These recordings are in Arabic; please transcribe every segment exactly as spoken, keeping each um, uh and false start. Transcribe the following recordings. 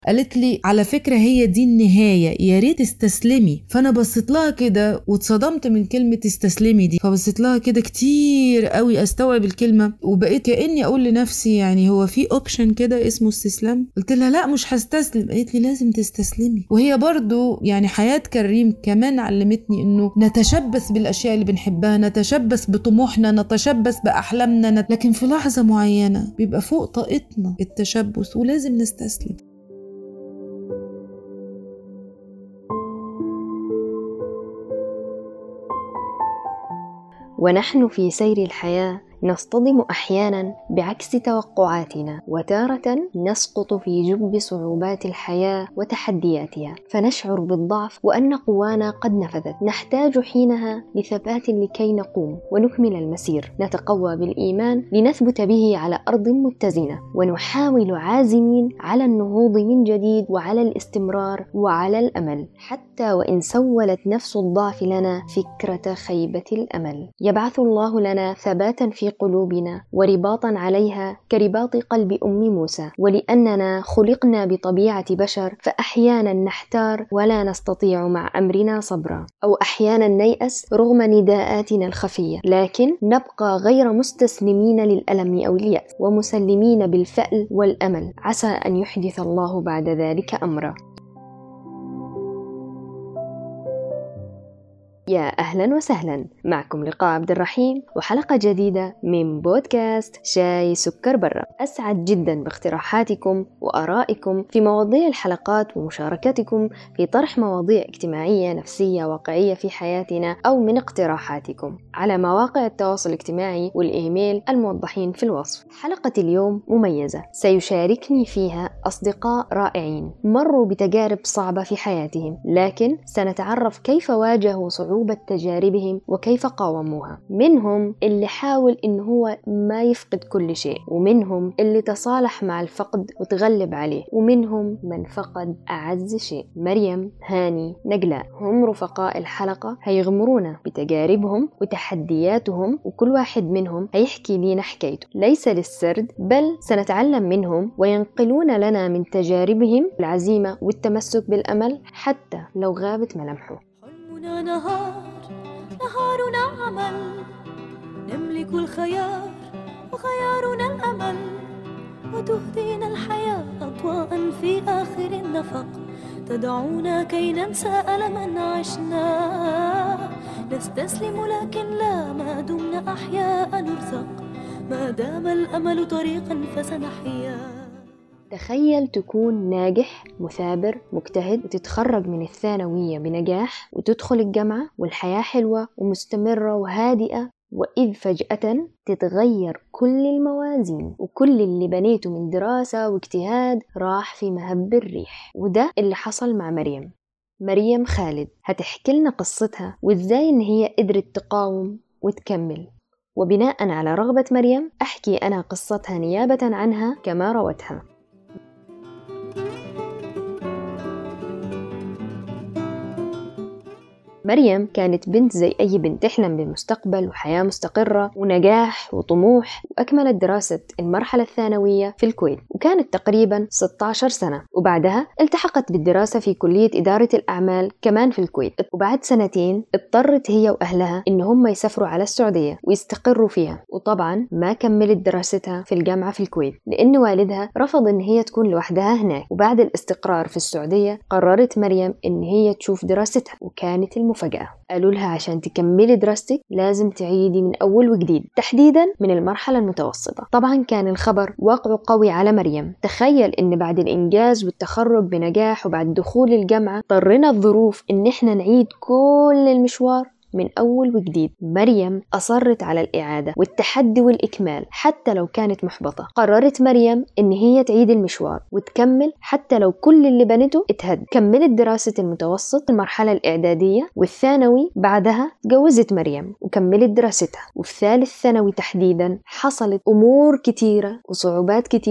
قالت لي على فكرة هي دي النهاية، يا ريت استسلمي. فأنا بصيت لها كده واتصدمت من كلمة استسلمي دي، فبصيت لها كده كتير قوي استوعب الكلمة، وبقيت كأني أقول لنفسي يعني هو في اوبشن كده اسمه استسلام؟ قلت لها لا مش هستسلم. قالت لي لازم تستسلمي. وهي برضو يعني حياة كريم كمان علمتني إنه نتشبث بالأشياء اللي بنحبها، نتشبث بطموحنا، نتشبث بأحلامنا، نت... لكن في لحظة معينة بيبقى فوق طاقتنا التشبث ولازم نستسلم. ونحن في سير الحياة نصطدم أحيانا بعكس توقعاتنا، وتارة نسقط في جب صعوبات الحياة وتحدياتها، فنشعر بالضعف وأن قوانا قد نفذت. نحتاج حينها لثبات لكي نقوم ونكمل المسير، نتقوى بالإيمان لنثبت به على أرض متزنة، ونحاول عازمين على النهوض من جديد وعلى الاستمرار وعلى الأمل، حتى وإن سولت نفس الضعف لنا فكرة خيبة الأمل. يبعث الله لنا ثباتا في قلوبنا ورباطا عليها كرباط قلب أم موسى، ولأننا خلقنا بطبيعة بشر فأحيانا نحتار ولا نستطيع مع أمرنا صبرا، أو أحيانا نيأس رغم نداءاتنا الخفية، لكن نبقى غير مستسلمين للألم أو اليأس، ومسلمين بالفأل والأمل، عسى أن يحدث الله بعد ذلك أمرا. يا أهلا وسهلا، معكم لقاء عبد الرحيم وحلقة جديدة من بودكاست شاي سكر برا. أسعد جدا باقتراحاتكم وآرائكم في مواضيع الحلقات ومشاركتكم في طرح مواضيع اجتماعية نفسية واقعية في حياتنا، أو من اقتراحاتكم على مواقع التواصل الاجتماعي والإيميل الموضحين في الوصف. حلقة اليوم مميزة، سيشاركني فيها أصدقاء رائعين مروا بتجارب صعبة في حياتهم، لكن سنتعرف كيف واجهوا صعوبة تجاربهم وكيف قاوموها. منهم اللي حاول إن هو ما يفقد كل شيء، ومنهم اللي تصالح مع الفقد وتغلب عليه، ومنهم من فقد أعز شيء. مريم، هاني، نجلاء هم رفقاء الحلقة، هيغمرونا بتجاربهم وتحدياتهم، وكل واحد منهم هيحكي لنا حكايته ليس للسرد، بل سنتعلم منهم وينقلون لنا من تجاربهم العزيمة والتمسك بالأمل حتى لو غابت ملامحه. حلمنا نهار، نهارنا عمل، نملك الخيار وخيارنا الأمل، وتهدينا الحياة أضواء في آخر النفق، تدعونا كي ننسى ألما عشنا، نستسلم لكن لا، ما دمنا أحياء نرزق، ما دام الأمل طريقا فسنحيا. تخيل تكون ناجح مثابر مجتهد وتتخرج من الثانوية بنجاح وتدخل الجامعة والحياة حلوة ومستمرة وهادئة، وإذ فجأة تتغير كل الموازين، وكل اللي بنيته من دراسة واجتهاد راح في مهب الريح. وده اللي حصل مع مريم. مريم خالد هتحكي لنا قصتها وإزاي إن هي قدرت تقاوم وتكمل، وبناء على رغبة مريم أحكي أنا قصتها نيابة عنها كما روتها. مريم كانت بنت زي أي بنت تحلم بمستقبل وحياة مستقرة ونجاح وطموح، وأكملت دراسة المرحلة الثانوية في الكويت، وكانت تقريبا ستة عشر سنة، وبعدها التحقت بالدراسة في كلية إدارة الأعمال كمان في الكويت. وبعد سنتين اضطرت هي وأهلها إن هم يسافروا على السعودية ويستقروا فيها، وطبعا ما كملت دراستها في الجامعة في الكويت لأن والدها رفض إن هي تكون لوحدها هناك. وبعد الاستقرار في السعودية قررت مريم إن هي تشوف دراستها، وكانت مفاجأة. قالوا لها عشان تكملي دراستك لازم تعيدي من أول وجديد، تحديدا من المرحلة المتوسطة. طبعا كان الخبر واقع قوي على مريم. تخيل إن بعد الإنجاز والتخرج بنجاح وبعد دخول الجامعة اضطرنا الظروف إن احنا نعيد كل المشوار من أول وجديد. مريم أصرت على الإعادة والتحدي والإكمال حتى لو كانت محبطة. قررت مريم إن هي تعيد المشوار وتكمل حتى لو كل اللي بنته اتهد. كملت دراسة المتوسط المرحلة الإعدادية والثانوي، بعدها جوزت مريم وكملت دراستها. وفي ثالث ثانوي تحديدا حصلت أمور كتيرة وصعوبات كتيرة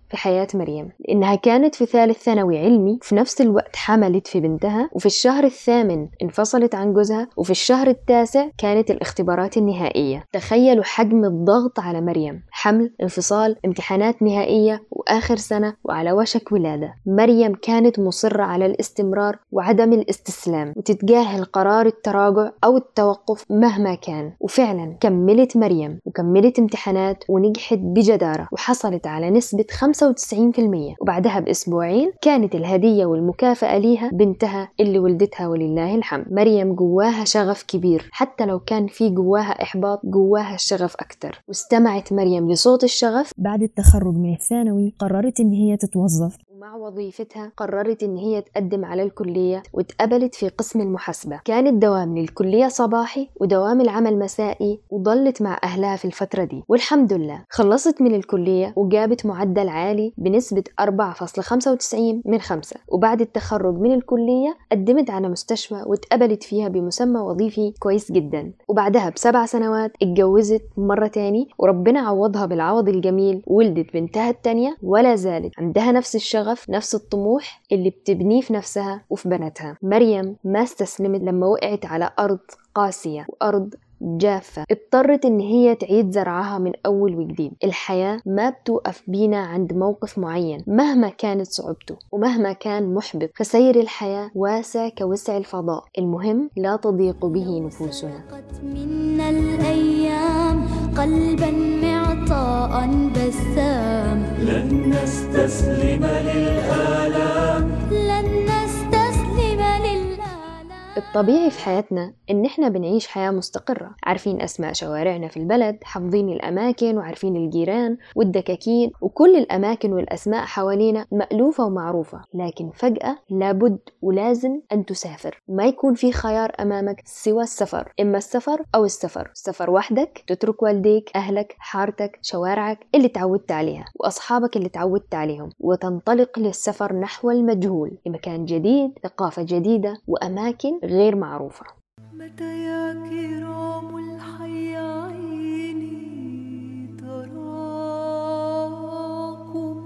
في حياة مريم، لأنها كانت في ثالث ثانوي علمي، في نفس الوقت حملت في بنتها، وفي الشهر الثامن انفصلت عن جوزها، وفي الشهر التاسع كانت الاختبارات النهائية. تخيلوا حجم الضغط على مريم، حمل، انفصال، امتحانات نهائية، وآخر سنة وعلى وشك ولادة. مريم كانت مصرة على الاستمرار وعدم الاستسلام، وتتجاهل قرار التراجع أو التوقف مهما كان. وفعلا كملت مريم وكملت امتحانات ونجحت بجدارة، وحصلت على نسبة خمسة وتسعين بالمئة. وبعدها بأسبوعين كانت الهدية والمكافأة ليها بنتها اللي ولدتها ولله الحمد. مريم جواها شغف كبير، حتى لو كان في جواها إحباط، جواها الشغف أكتر. واستمعت مريم لصوت الشغف. بعد التخرج من الثانوي قررت إن هي تتوظف، ومع وظيفتها قررت إن هي تقدم على الكلية، واتقبلت في قسم المحاسبة. كان الدوام للكلية صباحي ودوام العمل مسائي، وظلت مع أهلها في الفترة دي. والحمد لله خلصت من الكلية وجابت معدل عالي بنسبة أربعة فاصلة خمسة وتسعين من خمسة. وبعد التخرج من الكلية قدمت على مستشفى واتقبلت فيها بمسمى وظيفي كويس جدا. وبعدها بسبع سنوات اتجوزت مرة تاني، وربنا عوضها بالعوض الجميل، ولدت بنتها التانية، ولا زالت عندها نفس الشغف، نفس الطموح اللي بتبنيه في نفسها وفي بناتها. مريم ما استسلمت لما وقعت على أرض قاسية وأرض جافة، اضطرت ان هي تعيد زرعها من اول وجديد. الحياة ما بتوقف بينا عند موقف معين مهما كانت صعوبته ومهما كان محبط، فسير الحياة واسع كوسع الفضاء، المهم لا تضيق به نفوسنا. منا الأيام قلبا معطاء بسام، لن نستسلم للآلام، لن نستسلم للآلام. الطبيعي في حياتنا إن إحنا بنعيش حياة مستقرة، عارفين أسماء شوارعنا في البلد، حافظين الأماكن وعارفين الجيران والدكاكين، وكل الأماكن والأسماء حوالينا مألوفة ومعروفة. لكن فجأة لابد ولازم أن تسافر، ما يكون في خيار أمامك سوى السفر، إما السفر أو السفر. سفر وحدك، تترك والديك، أهلك، حارتك، شوارعك اللي تعودت عليها وأصحابك اللي تعودت عليهم، وتنطلق للسفر نحو المجهول، لمكان جديد، ثقافة جديدة، وأماكن غير معروفة. متى يا كرام الحي عيني تراكم.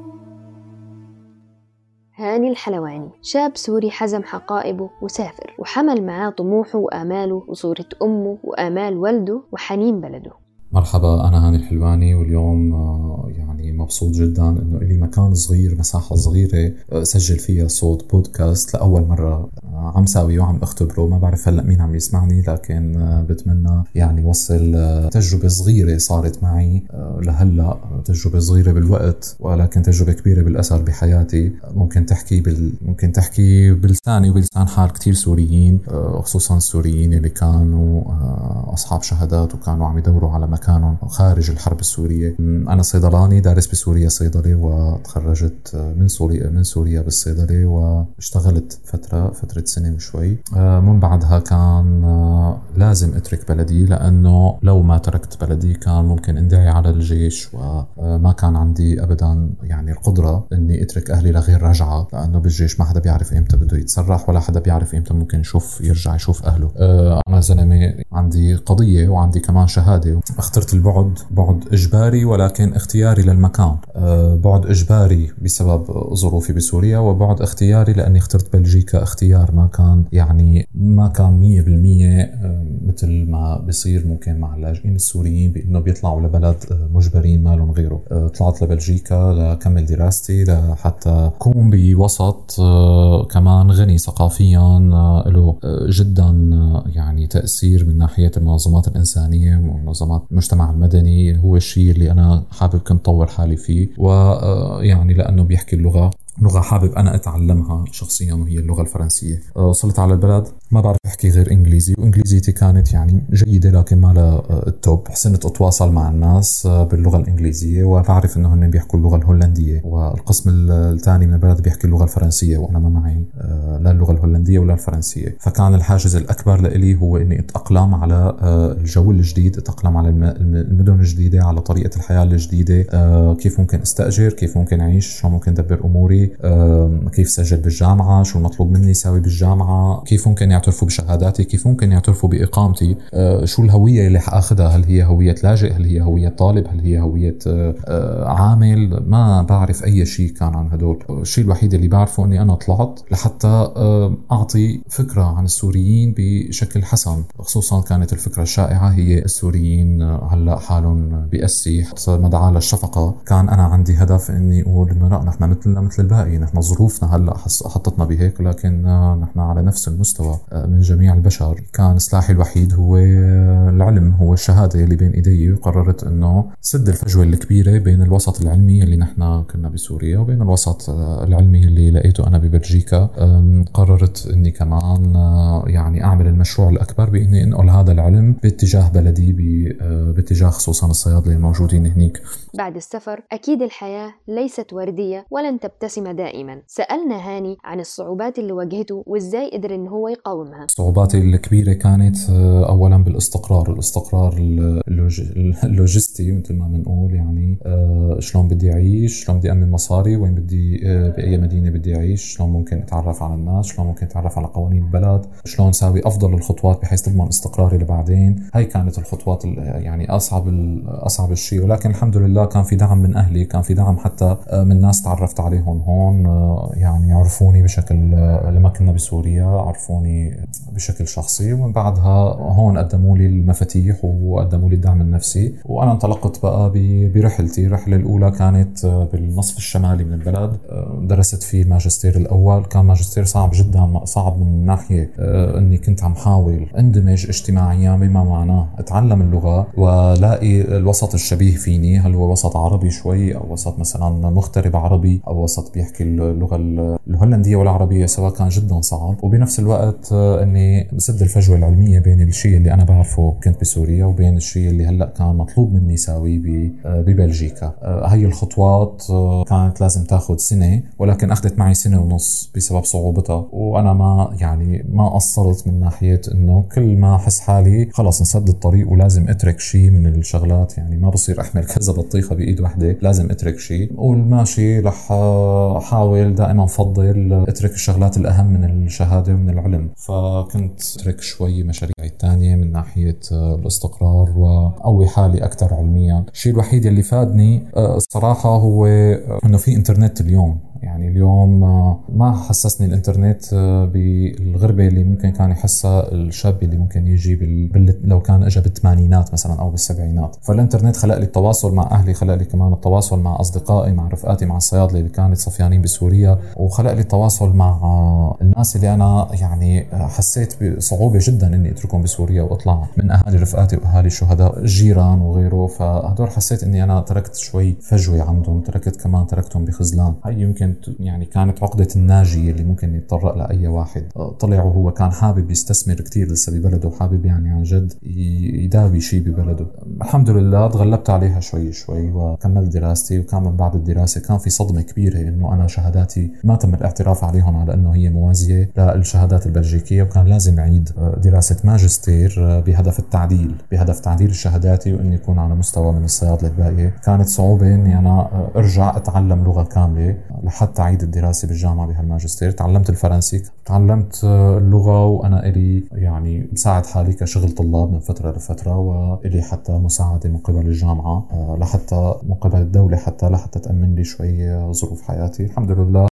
هاني الحلواني شاب سوري حزم حقائبه وسافر، وحمل معاه طموحه وآماله وصورة أمه وآمال والده وحنين بلده. مرحبا، أنا هاني الحلواني، واليوم يعني مبسوط جدا إنه إلي مكان صغير، مساحة صغيرة سجل فيها صوت بودكاست لأول مرة عم ساويه وعم اختبره. ما بعرف هلأ مين عم يسمعني، لكن بتمنى يعني وصل تجربة صغيرة صارت معي لهلأ، تجربة صغيرة بالوقت ولكن تجربة كبيرة بالأثر بحياتي. ممكن تحكي بال ممكن تحكي بلساني وبلسان حال كتير سوريين، خصوصا السوريين اللي كانوا أصحاب شهادات وكانوا عم يدوروا على مكانهم خارج الحرب السورية. أنا صيدلاني دارس بسوريا صيدلة، وتخرجت من سوريا من سوريا بالصيدلة، واشتغلت فترة فترة سنة وشوي. من بعدها كان لازم اترك بلدي، لأنه لو ما تركت بلدي كان ممكن اندعي على الجيش، وما كان عندي أبدا يعني القدرة إني اترك أهلي لغير رجعة، لأنه بالجيش ما حدا بيعرف إمتى بده يتسرح، ولا حدا بيعرف إمتى ممكن يشوف يرجع يشوف أهله. أنا زلمة عندي قضية وعندي كمان شهادة. اخترت البعد، بعد إجباري ولكن اختياري للمكان. بعد إجباري بسبب ظروفي بسوريا، وبعد اختياري لأني اخترت بلجيكا اختيار ما كان يعني ما كان مية بالمية مثل ما بيصير ممكن مع اللاجئين السوريين بأنه بيطلعوا لبلد مجبرين ما لهم غيره. طلعت لبلجيكا لكمل دراستي لحتى كون بوسط كمان غني ثقافيا، له جدا يعني تأثير من ناحية المنظمات الإنسانية ومنظمات المجتمع المدني. هو الشيء اللي أنا حابب كنت طور حالي فيه، ويعني لأنه بيحكي اللغة لغة حابب أنا أتعلمها شخصيا، وهي اللغة الفرنسية. وصلت على البلد ما بعرف أحكي غير إنجليزي، وإنجليزيتي كانت يعني جيدة لكن ما لها التوب. حسنت أتواصل مع الناس باللغة الإنجليزية، وبعرف إنه هن بيحكوا اللغة الهولندية، والقسم الثاني من البلد بيحكي اللغة الفرنسية، وأنا ما معي لا اللغة الهولندية ولا الفرنسية. فكان الحاجز الأكبر لإلي هو إني أتأقلم على الجو الجديد، أتأقلم على المدن الجديدة، على طريقة الحياة الجديدة، كيف ممكن أستأجر، كيف ممكن أعيش، شو ممكن أدبر أموري. لي، كيف سجل بالجامعة، شو المطلوب مني ساوي بالجامعة، كيف ممكن يعترفوا بشهاداتي، كيف ممكن يعترفوا بإقامتي، شو الهوية اللي حأخذها، هل هي هوية لاجئ، هل هي هوية طالب، هل هي هوية عامل. ما بعرف أي شيء كان عن هدول. الشيء الوحيد اللي بعرفه أني أنا طلعت لحتى أعطي فكرة عن السوريين بشكل حسن، خصوصا كانت الفكرة الشائعة هي السوريين هلأ حالهم بيأسي مدعاة للشفقة. كان أنا عندي هدف أني أقول إنه لا، نحن مثلنا مثل الباقي، نحن ظروفنا هلأ حطتنا بهيك، لكن نحن على نفس المستوى من جميع البشر. كان سلاحي الوحيد هو العلم، هو الشهادة اللي بين إيدي، وقررت إنه سد الفجوة الكبيرة بين الوسط العلمي اللي نحن كنا بسوريا وبين الوسط العلمي اللي لقيته أنا ببلجيكا. قررت إني كمان يعني أعمل المشروع الأكبر بإني أنقل هذا العلم باتجاه بلدي، باتجاه خصوصا الصيادلة الموجودين هنيك. بعد السفر أكيد الحياة ليست وردية ولن تبتسم دائما. سألنا هاني عن الصعوبات اللي واجهته وإزاي قدر إنه هو يقاومها. الصعوبات الكبيرة كانت أولا بالاستقرار، الاستقرار اللوجستي مثل ما بنقول، يعني شلون بدي أعيش، شلون بدي أمن مصاري، وين بدي بأي مدينة بدي أعيش، شلون ممكن أتعرف على الناس، شلون ممكن أتعرف على قوانين البلد، شلون ساوي أفضل الخطوات بحيث تضمن استقراري لبعدين. هاي كانت الخطوات يعني أصعب أصعب الشيء، ولكن الحمد لله كان في دعم من أهلي، كان في دعم حتى من ناس تعرفت عليهم هون، يعني عرفوني بشكل لما كنا بسوريا، عرفوني بشكل شخصي، ومن بعدها هون قدموا لي المفاتيح وقدموا لي الدعم النفسي. وأنا انطلقت بقى برحلتي. الرحلة الأولى كانت بالنصف الشمالي من البلد، درست فيه الماجستير الأول. كان ماجستير صعب جدا، صعب من ناحية أني كنت عم حاول اندمج اجتماعيا بما معناه اتعلم اللغة ولاقي الوسط الشبيه فيني، هل هو وسط عربي شوي أو وسط مثلا مغترب عربي أو وسط بيحكي اللغة الهولندية والعربية، سواء كان جدا صعب. وبنفس الوقت أني سد الفجوة العلمية بين الشيء اللي أنا بعرفه كنت بسوريا وبين الشيء اللي هلأ كان مطلوب مني ساوي ببلجيكا. هاي الخطوات كانت لازم تاخد سنة، ولكن أخذت معي سنة ونص بسبب صعوبتها. وأنا ما يعني ما قصرت من ناحية إنه كل ما أحس حالي خلاص نسد الطريق ولازم أترك شيء من الشغلات، يعني ما بصير أحمل كذا بطيخة بإيد واحدة، لازم أترك شيء. والماشي رح أحاول دائما أفضل أترك الشغلات الأهم من الشهادة ومن العلم. فكنت أترك شوي مشاريعي الثانية من ناحية الاستقرار وأقوي حالي أكثر علميا. الشيء الوحيد اللي فادني الصراحة هو إنه في إنترنت اليوم. يعني اليوم ما حسسني الانترنت بالغربة اللي ممكن كان يحسها الشاب اللي ممكن يجي بال... لو كان اجى بالثمانينات مثلا او بالسبعينات. فالانترنت خلق لي التواصل مع اهلي، خلق لي كمان التواصل مع اصدقائي، مع رفقاتي، مع الصيادلة اللي كانت صفيانين بسوريا، وخلق لي التواصل مع الناس اللي انا يعني حسيت بصعوبة جدا اني اتركهم بسوريا واطلع من اهالي رفقاتي واهالي الشهداء الجيران وغيره. فهدول حسيت اني انا تركت شوي فجوة عندهم، تركت كمان تركتهم بخذلان. هاي يمكن يعني كانت عقدة الناجي اللي ممكن يتطرق لأي واحد طلع وهو كان حابب يستثمر كتير لسه ببلده، وحابب يعني عن جد يداوي شيء ببلده. الحمد لله تغلبت عليها شوي شوي وكملت دراستي. وكان من بعد الدراسة كان في صدمة كبيرة إنه أنا شهاداتي ما تم الاعتراف عليهم على إنه هي موازية للشهادات البلجيكية، وكان لازم أعيد دراسة ماجستير بهدف التعديل، بهدف تعديل شهاداتي وإني يكون على مستوى من الصيادلة الباقية. كانت صعوبة إني أنا أرجع أتعلم لغة كاملة لحتى أعيد الدراسة بالجامعة بهالماجستير. تعلمت الفرنسي، تعلمت اللغة، وأنا إلي يعني مساعد حالي كشغل طلاب من فترة لفترة، وإلي حتى مساعدة من قبل الجامعة لحتى من قبل الدولة حتى لحتى تأمن لي شوي ظروف حياتي الحمد لله.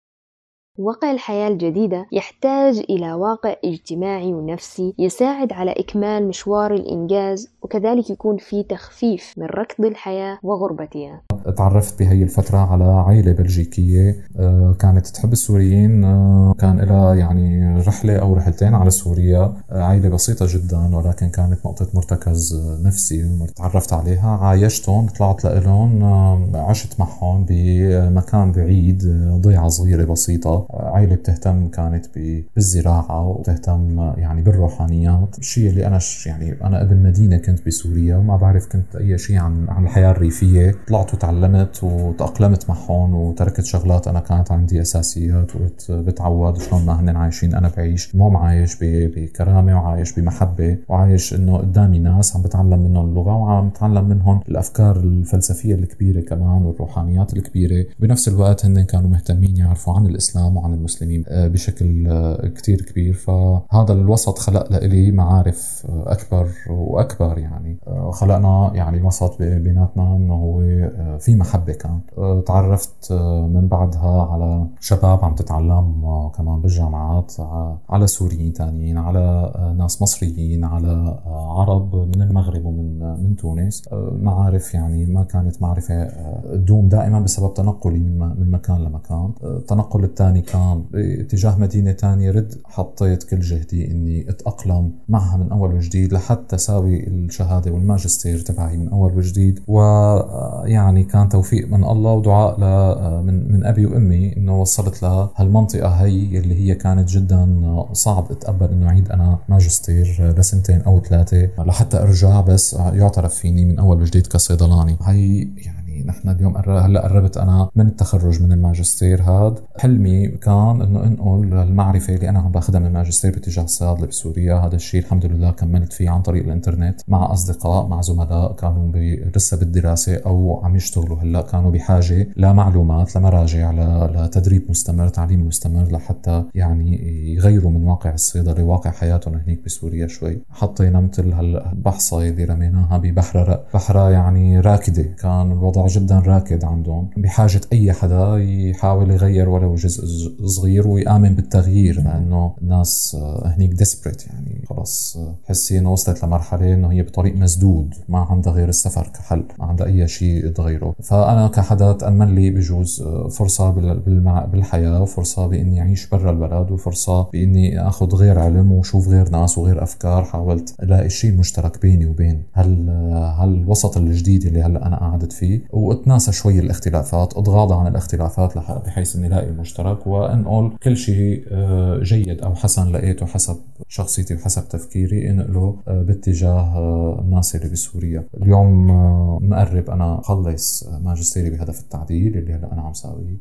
واقع الحياة الجديدة يحتاج إلى واقع اجتماعي ونفسي يساعد على إكمال مشوار الإنجاز، وكذلك يكون في تخفيف من ركض الحياة وغربتها. تعرفت بهي الفترة على عائلة بلجيكية كانت تحب السوريين، كان لها يعني رحلة أو رحلتين على سوريا. عائلة بسيطة جدا ولكن كانت نقطة مرتكز نفسي. تعرفت عليها، عايشتهم، طلعت لهم، عشت معهم بمكان بعيد، ضيعة صغيرة بسيطة. عائلة بتهتم كانت بالزراعة وتهتم يعني بالروحانيات، الشيء اللي أنا يعني أنا ابن مدينة كنت بسوريا وما بعرف كنت أي شيء عن عن الحياة الريفية. طلعت وتعلمت وتأقلمت معهم وتركت شغلات أنا كانت عندي أساسيات وبتعود شلون ما هن عايشين أنا أنا بعيش. المهم عايش بكرامة وعايش بمحبة وعايش إنه قدامي ناس عم بتعلم منهم اللغة وعم بتعلم منهم الأفكار الفلسفية الكبيرة كمان والروحانيات الكبيرة. بنفس الوقت هن كانوا مهتمين يعرفوا عن الإسلام وعن المسلمين بشكل كتير كبير. فهذا الوسط خلق لإلي معارف أكبر وأكبر، يعني خلقنا يعني وسط بيناتنا إنه هو في محبة. كان تعرفت من بعدها على شباب عم تتعلم كمان بالجامعات، على سوريين تانيين، على ناس مصريين، على عرب من المغرب ومن من تونس. معارف يعني ما كانت معرفة دوم دائما بسبب تنقلي من مكان لمكان. التنقل الثاني كان باتجاه مدينة تانية، رد حطيت كل جهدي إني أتأقلم معها من أول وجديد لحتى ساوي الشهادة والماجستير تبعي من أول وجديد. ويعني كان توفيق من الله ودعاء من من أبي وأمي إنه وصلت لها هالمنطقة هي اللي هي كانت جدا صعب أتقبل إنه أعيد أنا ماجستير لسنتين أو ثلاثة لحتى أرجع بس يعترف فيني من أول وجديد كصيدلاني. هي يعني نحن اليوم هلا قربت أنا من التخرج من الماجستير. هاد حلمي كان إنه أنقل المعرفة اللي أنا عم باخدها من الماجستير باتجاه الصيادلة بسوريا. هذا الشيء الحمد لله كملت فيه عن طريق الإنترنت مع أصدقاء مع زملاء كانوا لسه بالدراسة أو عم يشتغلوا هلا، كانوا بحاجة لمعلومات لمراجع لتدريب مستمر تعليم مستمر لحتى يعني يغيروا من واقع الصيدلة واقع حياتهم هنيك بسوريا شوي. حطينا مثل هالبحصة اللي رميناها ببحرة بحرة يعني راكدة، كان الوضع جدا راكد عندهم بحاجة أي حدا يحاول يغير ولو جزء صغير ويآمن بالتغيير، لأنه الناس هنيك ديسبريت يعني خلاص حسي إنه وصلت لمرحلة إنه هي بطريق مسدود ما عندها غير السفر كحل، ما عندها أي شيء تغيره. فأنا كحدا تأمن لي بجوز فرصة بالحياة وفرصة بإني أعيش برا البلد وفرصة بإني أخذ غير علم وشوف غير ناس وغير أفكار. حاولت ألاقي الشيء المشترك بيني وبين هال هالوسط الجديد اللي هلأ أنا قاعدت فيه، واتناسى شوي الاختلافات، اتغاضى عن الاختلافات بحيث إني لاقي المشترك وأنقل كل شيء جيد أو حسن لقيته حسب شخصيتي وحسب تفكيري انقله باتجاه الناس اللي بسوريا. اليوم مقرب أنا خلص ماجستيري بهدف التعديل اللي هلأ أنا عم ساويه،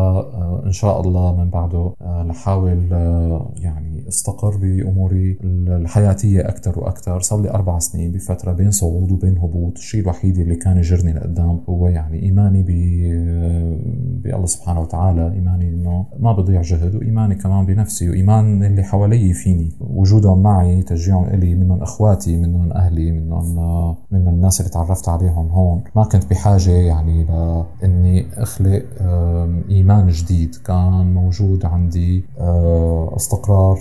وإن شاء الله من بعده لحاول يعني استقر بأموري الحياتية أكتر وأكتر. صار لي أربع سنين بفترة بين صعود وبين هبوط. الشيء الوحيد اللي كان يجرني لقدام هو يعني إيماني بالله سبحانه وتعالى، إيماني إنه ما بضيع جهد، وإيماني كمان بنفسي، وإيمان اللي حوالي فيني، وجودهم معي، تشجيعهم إلي، منهم أخواتي، منهم أهلي، منهم من الناس اللي تعرفت عليهم هون. ما كنت بحاجة يعني لإني أخلق إيمان جديد، كان موجود عندي استقرار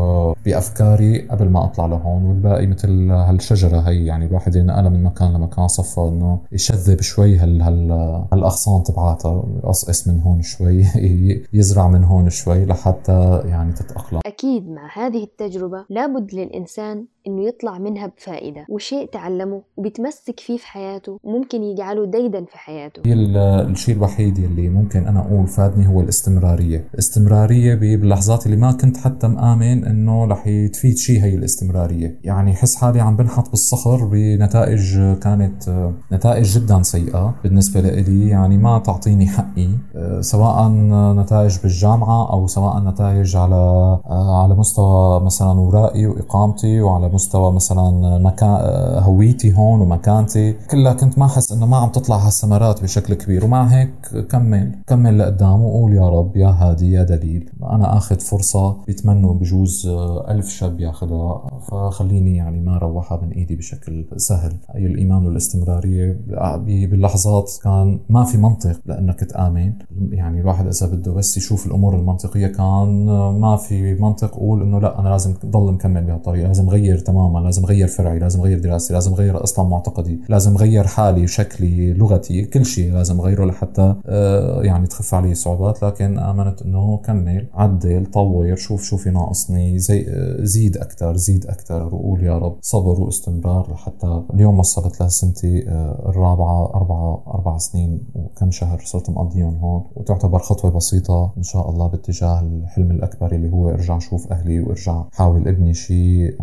بأفكاري قبل ما أطلع لهون، والباقي مثل هالشجرة هي يعني الواحد ينقل من مكان لمكان صفى إنه يشذب شوي هال هال هالأغصان تبعاتها، يقصقص من هون شوي يزرع من هون شوي لحتى يعني تتأقلم. أكيد مع هذه التجربة لابد للإنسان إنه يطلع منها بفائدة وشيء تعلمه وبيتمسك فيه في حياته وممكن يجعله ديدا في حياته. الشيء الوحيد اللي ممكن أنا أقول فادني هو الاستمرارية. الاستمرارية باللحظات اللي ما كنت حتى مآمن إنه رح يتفيد شيء، هي الاستمرارية. يعني حس حالي عم بنحط بالصخر بنتائج كانت نتائج جدا سيئة بالنسبة لي، يعني ما تعطيني حقي، سواء نتائج بالجامعة أو سواء نتائج على على مستوى مثلا ورائي وإقامتي، وعلى مستوى مثلا مكان هويتي هون ومكانتي، كلها كنت ما أحس إنه ما عم تطلع هالثمرات بشكل كبير. ومع هيك كمل كمل لقدام وقول يا رب يا هادي يا دليل، أنا أخذ فرصة بيتمنوا بجوز ألف شاب ياخدها، فخليني يعني ما روحها من إيدي بشكل سهل. أي الإيمان والاستمرارية باللحظات كان ما في منطق لأنك تآمن، يعني الواحد إذا بده بس يشوف الأمور المنطقية كان ما في منطق أقول إنه لا أنا لازم ضل مكمل بهالطريقة، لازم غير تماما، لازم غير فرعي، لازم غير دراستي، لازم غير أصلا معتقدي، لازم غير حالي شكلي لغتي، كل شيء لازم غيره لحتى آه يعني تخف علي صعوبات. لكن آمنت إنه كمل عدل طور، شوف شو في ناقصني، زي آه زيد أكتر زيد أكتر، وقول يا رب صبر واستمرار لحتى اليوم وصلت لسنتي آه الرابعة، أربعة أربع سنين وكم شهر صرت مقضيهم هون، وتعتبر خطوة بسيطة إن شاء الله باتجاه الحلم الأكبر اللي هو أرجع أشوف أهلي وأرجع حاول ابني شيء يعني من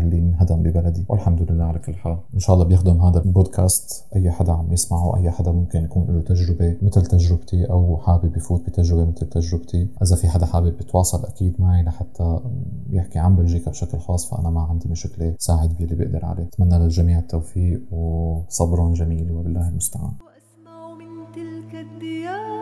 اللي انهدم ببلدي. والحمد لله على كل حال. إن شاء الله بيخدم هذا البودكاست أي حدا عم يسمعه، أي حدا ممكن يكون له تجربة مثل تجربتي أو حابب يفوت بتجربة مثل تجربتي. إذا في حدا حابب يتواصل أكيد معي لحتى يحكي عن بلجيكا بشكل خاص، فأنا ما عندي مشكلة ساعد باللي بيقدر عليه. أتمنى للجميع التوفيق وصبر جميل وبالله المستعان. وأسمع من تلك الديار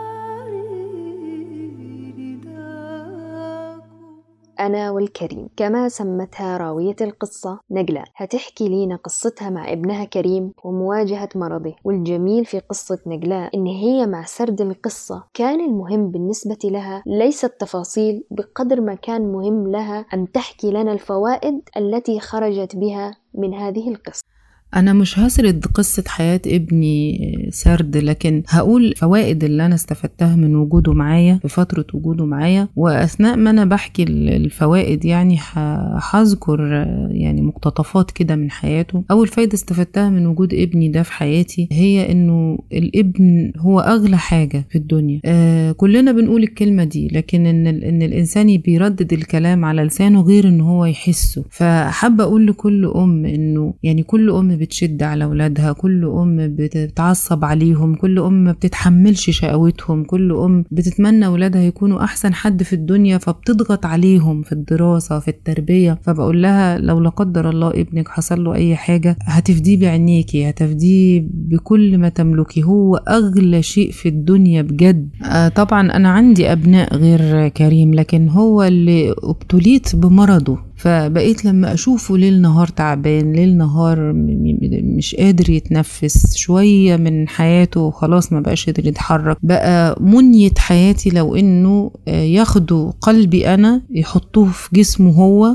أنا والكريم كما سمتها راوية القصة نجلاء، هتحكي لينا قصتها مع ابنها كريم ومواجهة مرضه. والجميل في قصة نجلاء إن هي مع سرد القصة كان المهم بالنسبة لها ليس التفاصيل بقدر ما كان مهم لها أن تحكي لنا الفوائد التي خرجت بها من هذه القصة. أنا مش هسرد قصة حياة ابني سرد، لكن هقول فوائد اللي أنا استفدتها من وجوده معايا في فترة وجوده معايا. وأثناء ما أنا بحكي الفوائد يعني هذكر يعني مقتطفات كده من حياته. أول فايدة استفدتها من وجود ابني ده في حياتي هي إنه الابن هو أغلى حاجة في الدنيا. آه كلنا بنقول الكلمة دي، لكن إن, إن الإنسان بيردد الكلام على لسانه غير إنه هو يحسه. فحابة أقول لكل أم إنه يعني كل أم بتشد على أولادها، كل أم بتتعصب عليهم، كل أم ما بتتحملش شقاوتهم، كل أم بتتمنى أولادها يكونوا أحسن حد في الدنيا فبتضغط عليهم في الدراسة في التربية. فبقول لها لو لا قدر الله ابنك حصل له أي حاجة هتفديه بعينيكي، هتفديه بكل ما تملكي، هو أغلى شيء في الدنيا بجد. آه طبعا أنا عندي أبناء غير كريم، لكن هو اللي ابتليت بمرضه، فبقيت لما أشوفه ليل نهار تعبان، ليل نهار مش قادر يتنفس، شوية من حياته خلاص ما بقاش قادر يتحرك، بقى منية حياتي لو إنه ياخدوا قلبي أنا يحطوه في جسمه هو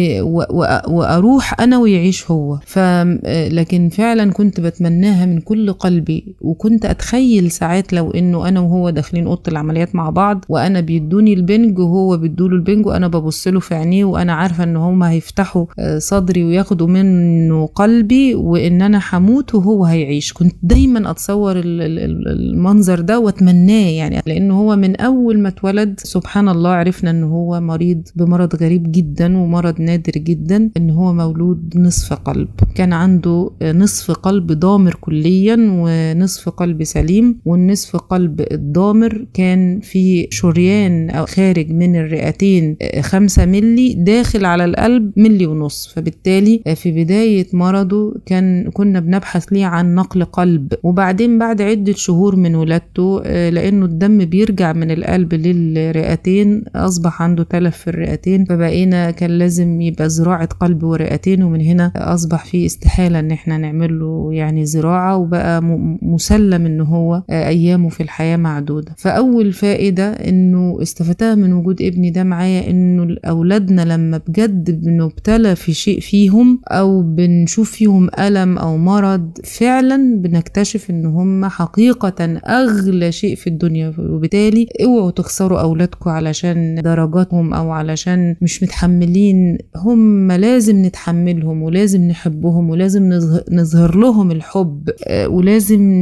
وأروح أنا ويعيش هو. لكن فعلا كنت بتمناها من كل قلبي، وكنت أتخيل ساعات لو إنه أنا وهو داخلين أوضة العمليات مع بعض، وأنا بيدوني البنج وهو بيدوله البنج، وأنا ببصله في عينيه وأنا عارفة إن هم هيفتحوا صدري وياخدوا منه قلبي، وإن أنا حموت وهو هيعيش. كنت دايما أتصور المنظر ده واتمناه، يعني لأنه هو من أول ما اتولد سبحان الله عرفنا إنه هو مريض بمرض غريب جدا ومرض نادر جدا، إنه هو مولود نصف قلب. كان عنده نصف قلب ضامر كليا ونصف قلب سليم، والنصف قلب الضامر كان في شريان أو خارج من الرئتين خمسة ملي داخل على القلب ملي ونص. فبالتالي في بداية مرضه كان كنا بنبحث ليه عن نقل قلب، وبعدين بعد عدة شهور من ولادته لأنه الدم بيرجع من القلب للرئتين أصبح عنده تلف في الرئتين، فبقينا كان لازم يبقى زراعة قلب ورئتين، ومن هنا أصبح فيه استحالة إن احنا نعمل له يعني زراعة، وبقى مسلم إنه هو أيامه في الحياة معدودة. فأول فائدة إنه استفدتها من وجود ابني ده معايا إنه أولادنا لما بجد بنبتلى في شيء فيهم أو بنشوف فيهم ألم أو مرض فعلا بنكتشف إن هم حقيقة أغلى شيء في الدنيا. وبالتالي اوعوا تخسروا أولادكم علشان درجاتهم أو علشان مش متحملين، هم لازم نتحملهم ولازم نحبهم ولازم نظهر لهم الحب، ولازم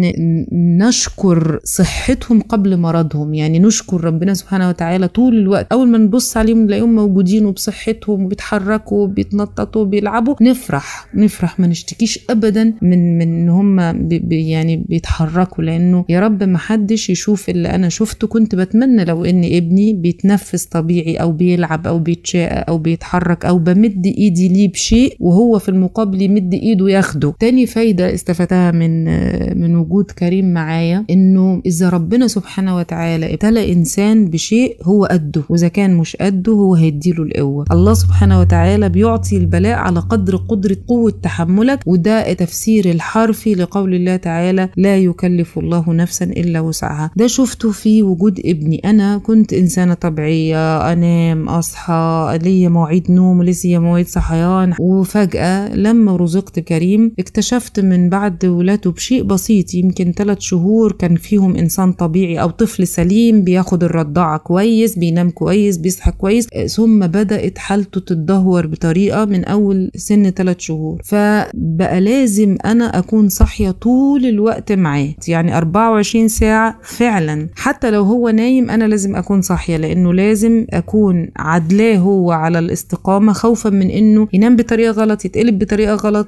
نشكر صحتهم قبل مرضهم. يعني نشكر ربنا سبحانه وتعالى طول الوقت، أول ما نبص عليهم نلاقيهم موجودين وبصحتهم وبيتحركوا وبيتنططوا وبيلعبوا نفرح نفرح ما نشتكيش ابدا من من ان هم بي بي يعني بيتحركوا، لانه يا رب ما حدش يشوف اللي انا شفته. كنت بتمنى لو ان ابني بيتنفس طبيعي او بيلعب او بيتشاء او بيتحرك او بمد ايدي ليه بشيء وهو في المقابل يمد ايده ياخده. تاني فايدة استفدتها من من وجود كريم معايا انه اذا ربنا سبحانه وتعالى ابتلى انسان بشيء هو قده، واذا كان مش قده هو هيديله القوة. الله سبحانه وتعالى بيعطي البلاء على قدر قدرة قوة تحملك، وده تفسير الحرفي لقول الله تعالى لا يكلف الله نفسا إلا وسعها. ده شفته في وجود ابني. أنا كنت إنسانة طبيعية، أنام أصحى ليا مواعيد نوم وليا مواعيد صحيان، وفجأة لما رزقت كريم اكتشفت من بعد ولاده بشيء بسيط يمكن ثلاث شهور كان فيهم إنسان طبيعي أو طفل سليم بياخد الرضاعة كويس، بينام كويس، بيصحى كويس، ثم بدأت حالته تتدهور بطريقة من أول سن ثلاث شهور. فبقى لازم أنا أكون صاحية طول الوقت معاه، يعني أربعة وعشرين ساعة فعلا، حتى لو هو نايم أنا لازم أكون صاحية، لأنه لازم أكون عدلاه هو على الاستقامة، خوفا من إنه ينام بطريقة غلط، يتقلب بطريقة غلط،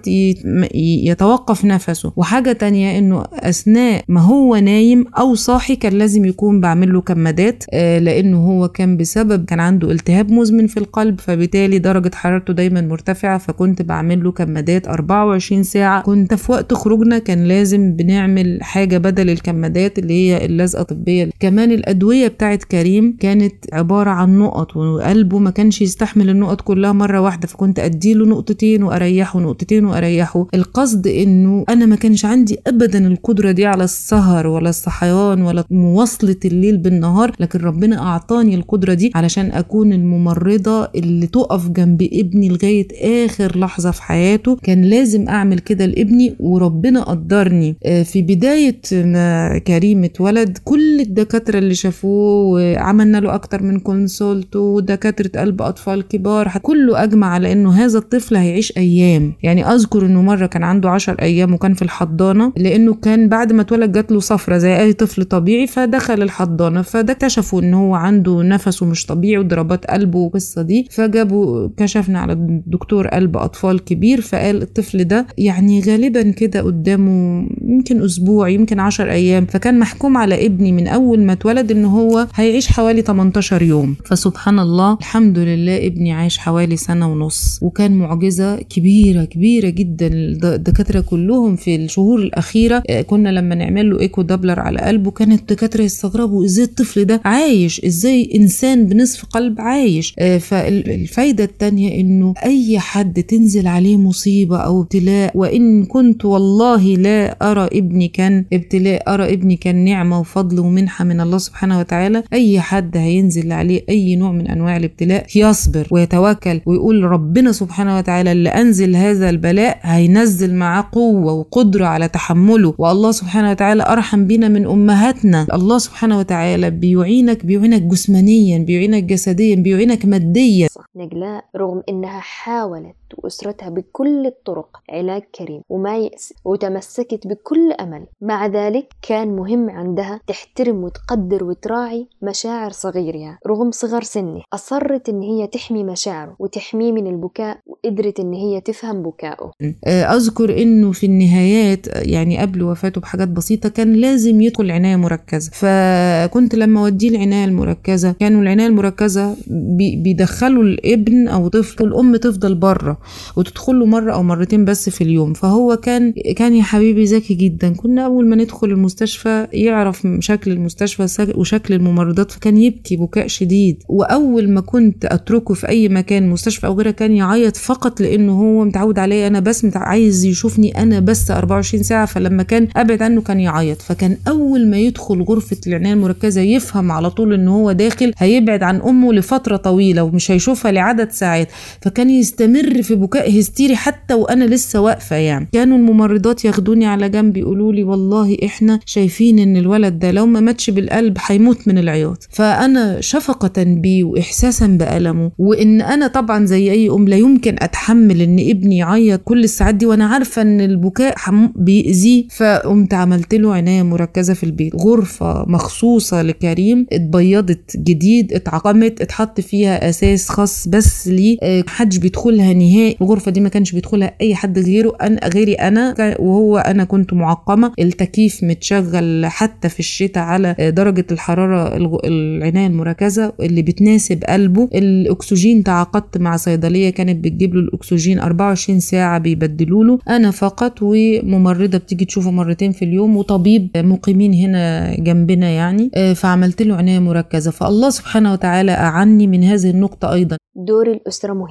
يتوقف نفسه. وحاجة تانية إنه أثناء ما هو نايم أو صاحي كان لازم يكون بعمل له كمادات، آه لأنه هو كان بسبب كان عنده التهاب مزمن في القلب، فبالتالي درجة حرارته دايما مرتفعة، فكنت بعمل له كمادات أربعة وعشرين ساعة. كنت في وقت خروجنا كان لازم بنعمل حاجة بدل الكمادات اللي هي اللزقة الطبية. كمان الأدوية بتاعت كريم كانت عبارة عن نقط، وقلبه ما كانش يستحمل النقط كلها مرة واحدة، فكنت أديله نقطتين وأريحه، نقطتين وأريحه. القصد إنه أنا ما كانش عندي أبدا القدرة دي على السهر ولا الصحيان ولا مواصلة الليل بالنهار، لكن ربنا أعطاني القدرة دي علشان أكون الممرضة اللي تقف جنب ابني لغاية آخر لحظة في حياته. كان لازم أعمل كده لابني، وربنا قدرني. في بداية ما كريم اتولد كل الدكاترة اللي شافوه وعملنا له أكتر من كونسولت ودكاترة قلب أطفال كبار، كله أجمع على إنه هذا الطفل هيعيش أيام. يعني أذكر إنه مرة كان عنده عشر أيام وكان في الحضانة، لأنه كان بعد ما اتولد جات له صفرة زي أي طفل طبيعي، فدخل الحضانة، فده اكتشفوا إنه هو عنده نفسه مش طبيعي وضربات قلبه وقصة دي، فجابوا كشفنا على دكتور قلب أطفال كبير، فقال الطفل ده يعني غالبا كده قدامه يمكن أسبوع يمكن عشر أيام. فكان محكوم على ابني من أول ما اتولد إنه هو هيعيش حوالي تمنتاشر يوم. فسبحان الله الحمد لله ابني عايش حوالي سنة ونص، وكان معجزة كبيرة كبيرة جدا. الدكاترة كلهم في الشهور الأخيرة كنا لما نعمل له إيكو دبلر على قلبه كانت الدكاترة يستغربوا إزاي الطفل ده عايش، إزاي إنسان بنصف قلب عايش. فالفايدة التانية إنه أي حد تنزل عليه مصيبة أو ابتلاء، وإن كنت والله لا أرى ابني كان ابتلاء، أرى ابني كان نعمة وفضل ومنحة من الله سبحانه وتعالى. أي حد هينزل عليه أي نوع من أنواع الابتلاء يصبر ويتوكل ويقول ربنا سبحانه وتعالى اللي أنزل هذا البلاء هينزل معاه قوة وقدرة على تحمله، والله سبحانه وتعالى أرحم بنا من أمهاتنا. الله سبحانه وتعالى بيعينك بيعينك جسمانيا، بيعينك جسديا، بيعينك ماديا. نجلاء رغم إنها حاولت وأسرتها بكل الطرق علاج كريم وما يأس وتمسكت بكل أمل، مع ذلك كان مهم عندها تحترم وتقدر وتراعي مشاعر صغيرها. رغم صغر سنه أصرت إن هي تحمي مشاعره وتحميه من البكاء، وقدرت إن هي تفهم بكاءه. أذكر إنه في النهايات يعني قبل وفاته بحاجات بسيطة كان لازم يدخل عناية مركزة، فكنت لما أوديه العناية المركزة كانوا العناية المركزة بيدخلوا الابن أو طفل والأم تفضل بره وتدخله مرة أو مرتين بس في اليوم. فهو كان كان يا حبيبي ذكي جدا. كنا أول ما ندخل المستشفى يعرف شكل المستشفى وشكل الممرضات، فكان يبكي بكاء شديد. وأول ما كنت أتركه في أي مكان مستشفى أو غيره كان يعيط فقط لأنه هو متعود علي أنا بس، عايز يشوفني أنا بس أربعة وعشرين ساعة. فلما كان أبعد عنه كان يعيط. فكان أول ما يدخل غرفة العناية المركزة يفهم على طول إنه هو داخل هيبعد عن أمه لفترة طويلة ومش هيشوفها لعدد ساعات، فكان يستمر في بكاء هستيري حتى وأنا لسه واقفة. يعني كانوا الممرضات ياخدوني على جنب يقولوا لي والله إحنا شايفين إن الولد ده لو ما ماتش بالقلب هيموت من العياط. فأنا شفقة بيه وإحساسا بألمه، وإن أنا طبعا زي أي أم لا يمكن أتحمل إن ابني يعيط كل الساعات دي وأنا عارفة إن البكاء بيأذيه، فقمت عملت له عناية مركزة في البيت، غرفة مخصوصة لكريم اتبيضت جديد، اتعقمت، اتحط فيها أساس خاص بس ليه، محدش بيدخلها نهائي. الغرفة دي ما كانش بيدخلها أي حد غيره أنا غيري أنا وهو أنا كنت معقمة. التكييف متشغل حتى في الشتاء على درجة الحرارة العناية المركزة اللي بتناسب قلبه. الأكسجين تعاقدت مع صيدلية كانت بتجيب له الأكسجين أربعة وعشرين ساعة بيبدلوا له أنا فقط، وممرضة بتيجي تشوفه مرتين في اليوم، وطبيب مقيمين هنا جنبنا يعني. فعملت له عناية مركزة. فالله سبحانه وتعالى أعني من هذه النقطة أيضا. دور الأسرة مهم.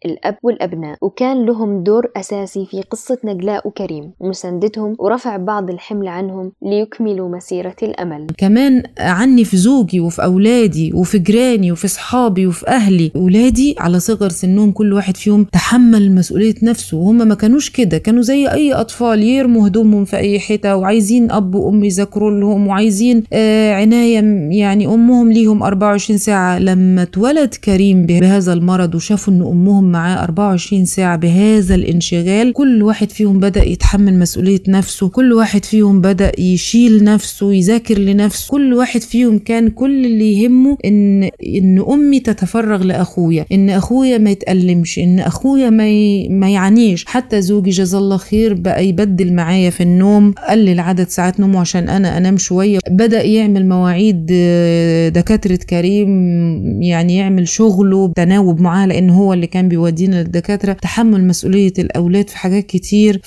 الأب والأبناء، وكان لهم دور أساسي في قصة نجلاء وكريم ومساندتهم ورفع بعض الحمل عنهم ليكملوا مسيرة الأمل. كمان عني في زوجي وفي أولادي وفي جيراني وفي صحابي وفي أهلي. أولادي على صغر سنهم كل واحد فيهم تحمل مسؤولية نفسه، وهم ما كانوش كده، كانوا زي أي أطفال يرموا هدومهم في أي حتة وعايزين أب وأم يذاكروا لهم وعايزين آه عناية، يعني أمهم ليهم أربعة وعشرين ساعة. لما اتولد كريم بهذا المرض وشافوا أن أمهم معاه أربعة وعشرين ساعة بهذا الانشغال، كل واحد فيهم بدأ يتحمل مسؤولية نفسه، كل واحد فيهم بدأ يشيل نفسه، يذاكر لنفسه. كل واحد فيهم كان كل اللي يهمه إن إن أمي تتفرغ لأخويا، إن أخويا ما يتألمش، إن أخويا ما ي... ما يعنيش. حتى زوجي جزا الله خير بقى يبدل معايا في النوم، قلل عدد ساعات نومه عشان أنا أنام شوية، بدأ يعمل مواعيد دكاترة كريم، يعني يعمل شغله بتناوب معاه لأن هو اللي كان بيودينا للدكاترة. تحمل مسؤولية الأولاد في حاجات كتير.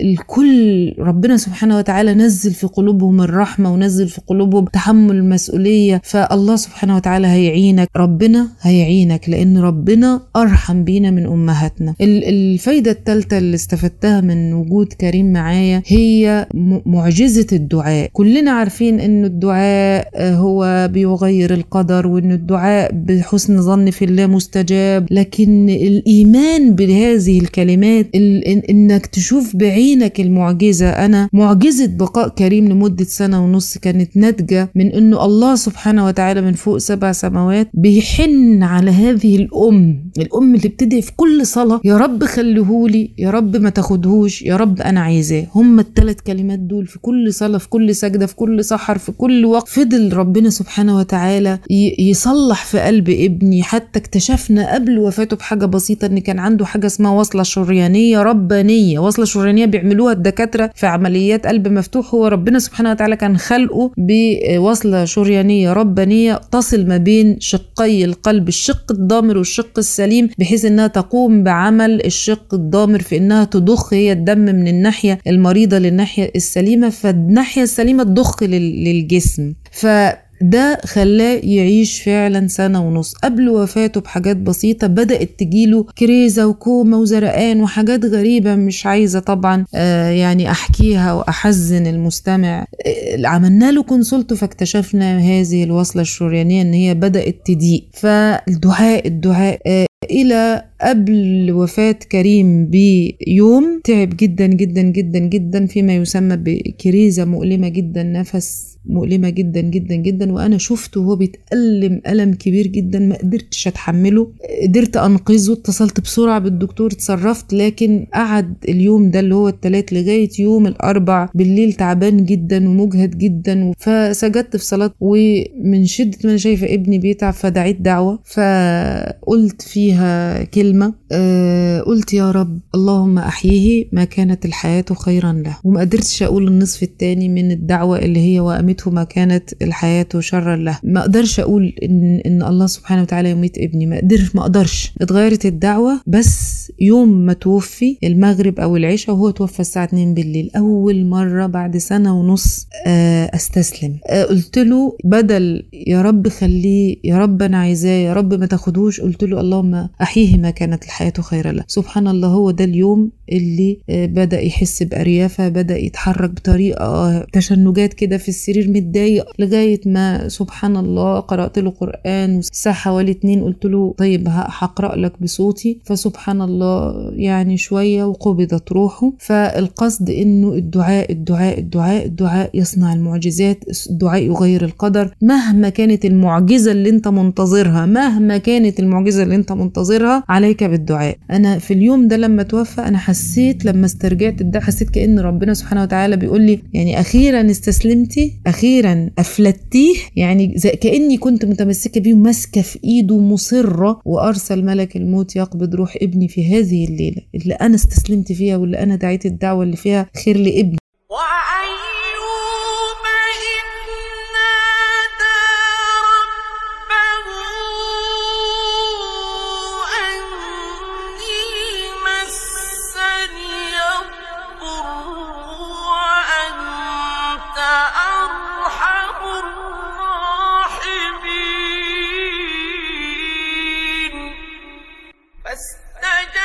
فالكل ربنا سبحانه وتعالى نزل في قلوبهم الرحمة ونزل في قلوبهم تحمل المسؤولية. فالله سبحانه وتعالى هيعينك، ربنا هيعينك، لأن ربنا أرحم بينا من أمهاتنا. الفايدة الثالثة اللي استفدتها من وجود كريم معايا هي معجزة الدعاء. كلنا عارفين أن الدعاء هو بيغير القدر، وأن الدعاء بحسن ظن في الله مستجاب، لكن الإيمان بهذه الكلمات، إنك تشوف بعينك المعجزة. أنا معجزة بقاء كريم لمدة سنة ونص كانت ناتجة من أنه الله سبحانه وتعالى من فوق سبع سماوات بيحن على هذه الأم الأم اللي بتدعي في كل صلاة يا رب خليهولي، يا رب ما تاخدهوش، يا رب أنا عايزاه. هم الثلاث كلمات دول في كل صلاة، في كل سجدة، في كل سحر، في كل وقت. فضل ربنا سبحانه وتعالى يصلح في قلب ابني. حتى اكتشفنا قبل وفاته بحاجة بسيطة ان كان عنده حاجة اسمها وصلة شريانية ربانية. وصلة شريانية بيعملوها الدكاترة في عمليات قلب مفتوح، هو ربنا سبحانه وتعالى كان خلقه بوصلة شريانية ربانية تصل ما بين شقي القلب، الشق الضامر والشق السليم، بحيث انها تقوم بعمل الشق الضامر في انها تضخ هي الدم من الناحية المريضة للناحية السليمة، فالناحية السليمة تضخ للجسم. ف ده خلاه يعيش فعلا سنة ونص. قبل وفاته بحاجات بسيطة بدأت تجيله كريزة وكومة وزرقان وحاجات غريبة مش عايزة طبعا آه يعني أحكيها وأحزن المستمع. آه عملنا له كونسولته فاكتشفنا هذه الوصلة الشريانية ان هي بدأت تضيق. فالدعاء الدعاء آه إلى قبل وفاة كريم بيوم تعب جدا جدا جدا جدا فيما يسمى بكريزة مؤلمة جدا، نفس مؤلمة جدا جدا جدا، وأنا شفته وهو بيتألم ألم كبير جدا ما قدرتش أتحمله. قدرت أنقذه، اتصلت بسرعة بالدكتور، اتصرفت، لكن قعد اليوم ده اللي هو الثلاث لغاية يوم الأربع بالليل تعبان جدا ومجهد جدا. فسجدت في صلاة، ومن شدة ما أنا شايفة ابني بيتعب فدعيت دعوة، فقلت فيها كلمة، أه قلت يا رب اللهم أحييه ما كانت الحياة خيرا له. وما قدرتش أقول النصف الثاني من الدعوة اللي هي وأمته ما كانت الحياة شرا له. ما أقدرش أقول إن, إن الله سبحانه وتعالى يميت ابني، ما أقدرش ما أقدرش اتغيرت الدعوة. بس يوم ما توفي المغرب أو العشاء، وهو توفى الساعة اتنين بالليل، أول مرة بعد سنة ونص أه أستسلم. أه قلت له بدل يا رب خليه، يا رب أنا عايزاه، يا رب ما تاخدوش، قلت له اللهم أحيه ما كانت الحياة خيرا له. سبحان الله، هو ده اليوم اللي بدأ يحس بأريافة، بدأ يتحرك بطريقة تشنجات كده في السرير متضايق، لغاية ما سبحان الله قرأت له قرآن الساعة حوالي اتنين، قلت له طيب هقرأ لك بصوتي، فسبحان الله يعني شوية وقبضت روحه. فالقصد انه الدعاء الدعاء الدعاء الدعاء يصنع المعجزات، الدعاء يغير القدر. مهما كانت المعجزة اللي انت منتظرها، مهما كانت المعجزة اللي انت منتظرها، عليك بالدعاء. انا في اليوم ده لما توفى انا حسيت، لما استرجعت ده حسيت كأن ربنا سبحانه وتعالى بيقول لي يعني اخيرا استسلمتي، اخيرا افلتيه، يعني زي كأني كنت متمسكة بيه وماسكة في ايده مصرة، وارسل ملك الموت يقبض روح ابني في هذه الليلة اللي انا استسلمت فيها، واللي انا دعيت الدعوة اللي فيها خير لابني. فاستجاب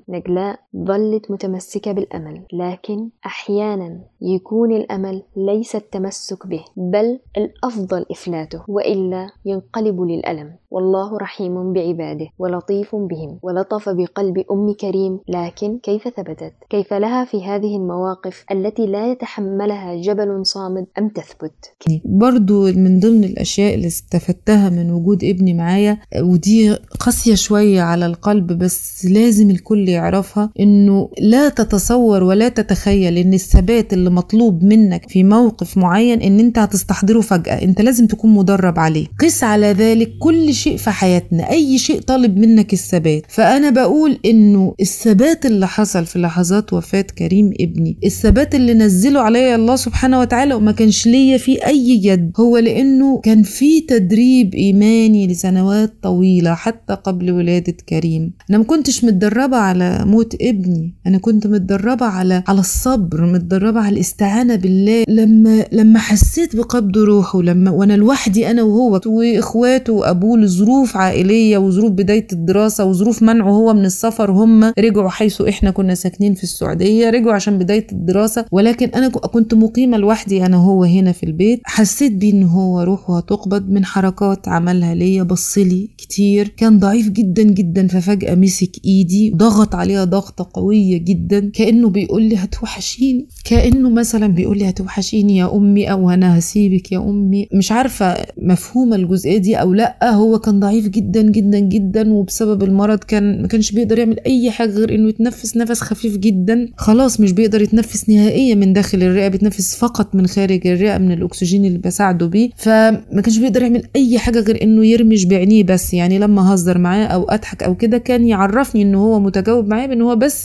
نجلاء ظلت متمسكة بالأمل، لكن أحيانا يكون الأمل ليس التمسك به بل الأفضل إفلاته، وإلا ينقلب للألم. والله رحيم بعباده ولطيف بهم، ولطف بقلب أم كريم. لكن كيف ثبتت؟ كيف لها في هذه المواقف التي لا يتحملها جبل صامد أم تثبت؟ برضو من ضمن الأشياء اللي استفدتها من وجود ابني معايا، ودي قاسية شوية على القلب بس لازم الكل يعرفها، إنه لا تتصور ولا تتخيل إن الثبات اللي مطلوب منك في موقف معين إن أنت هتستحضره فجأة، أنت لازم تكون مدرب عليه. قس على ذلك كل شيء في حياتنا، أي شيء طالب منك الثبات. فأنا بقول إنه الثبات اللي حصل في لحظات وفاة كريم ابني، الثبات اللي نزله عليا الله سبحانه وتعالى وما كانش ليا فيه أي يد، هو لأنه كان في تدريب إيماني لسنوات طويلة حتى قبل ولادة كريم. أنا ما كنتش متدربة على موت ابني، أنا كنت متدربة على على الصبر، متدربة على الاستعانة بالله. لما لما حسيت بقبض روحه، لما وأنا لوحدي أنا وهو وإخواته وأبوه لظروف عائلية وظروف بداية الدراسة وظروف منعه هو من السفر، هم رجعوا حيث إحنا كنا ساكنين في السعودية، رجعوا عشان بداية الدراسة، ولكن أنا كنت مقيمة لوحدي أنا وهو هنا في البيت. حسيت بيه إنه هو روحه هتقبض من حركات عملها ليا، بصلي كتير، كان ضعيف جدا جدا، ففجأة مسك إيدي ضغط عليها ضغطة قوية جدا، كأنه بيقول لي هتوحشيني، كأنه مثلا بيقول لي هتوحشيني يا أمي أو أنا هسيبك يا أمي. مش عارفة مفهومة الجزئية دي أو لأ. هو كان ضعيف جدا جدا جدا، وبسبب المرض كان ما كانش بيقدر يعمل أي حاجة غير إنه يتنفس نفس خفيف جدا، خلاص مش بيقدر يتنفس نهائيا من داخل الرئة، بيتنفس فقط من خارج الرئة من الأكسجين اللي بساعده بيه. فما كانش بيقدر يعمل أي حاجة غير إنه يرمش بعينيه بس. يعني لما هزر معاه أو أضحك أو كده كان يعرفني إنه هو متجاوب معاه بإنه هو بس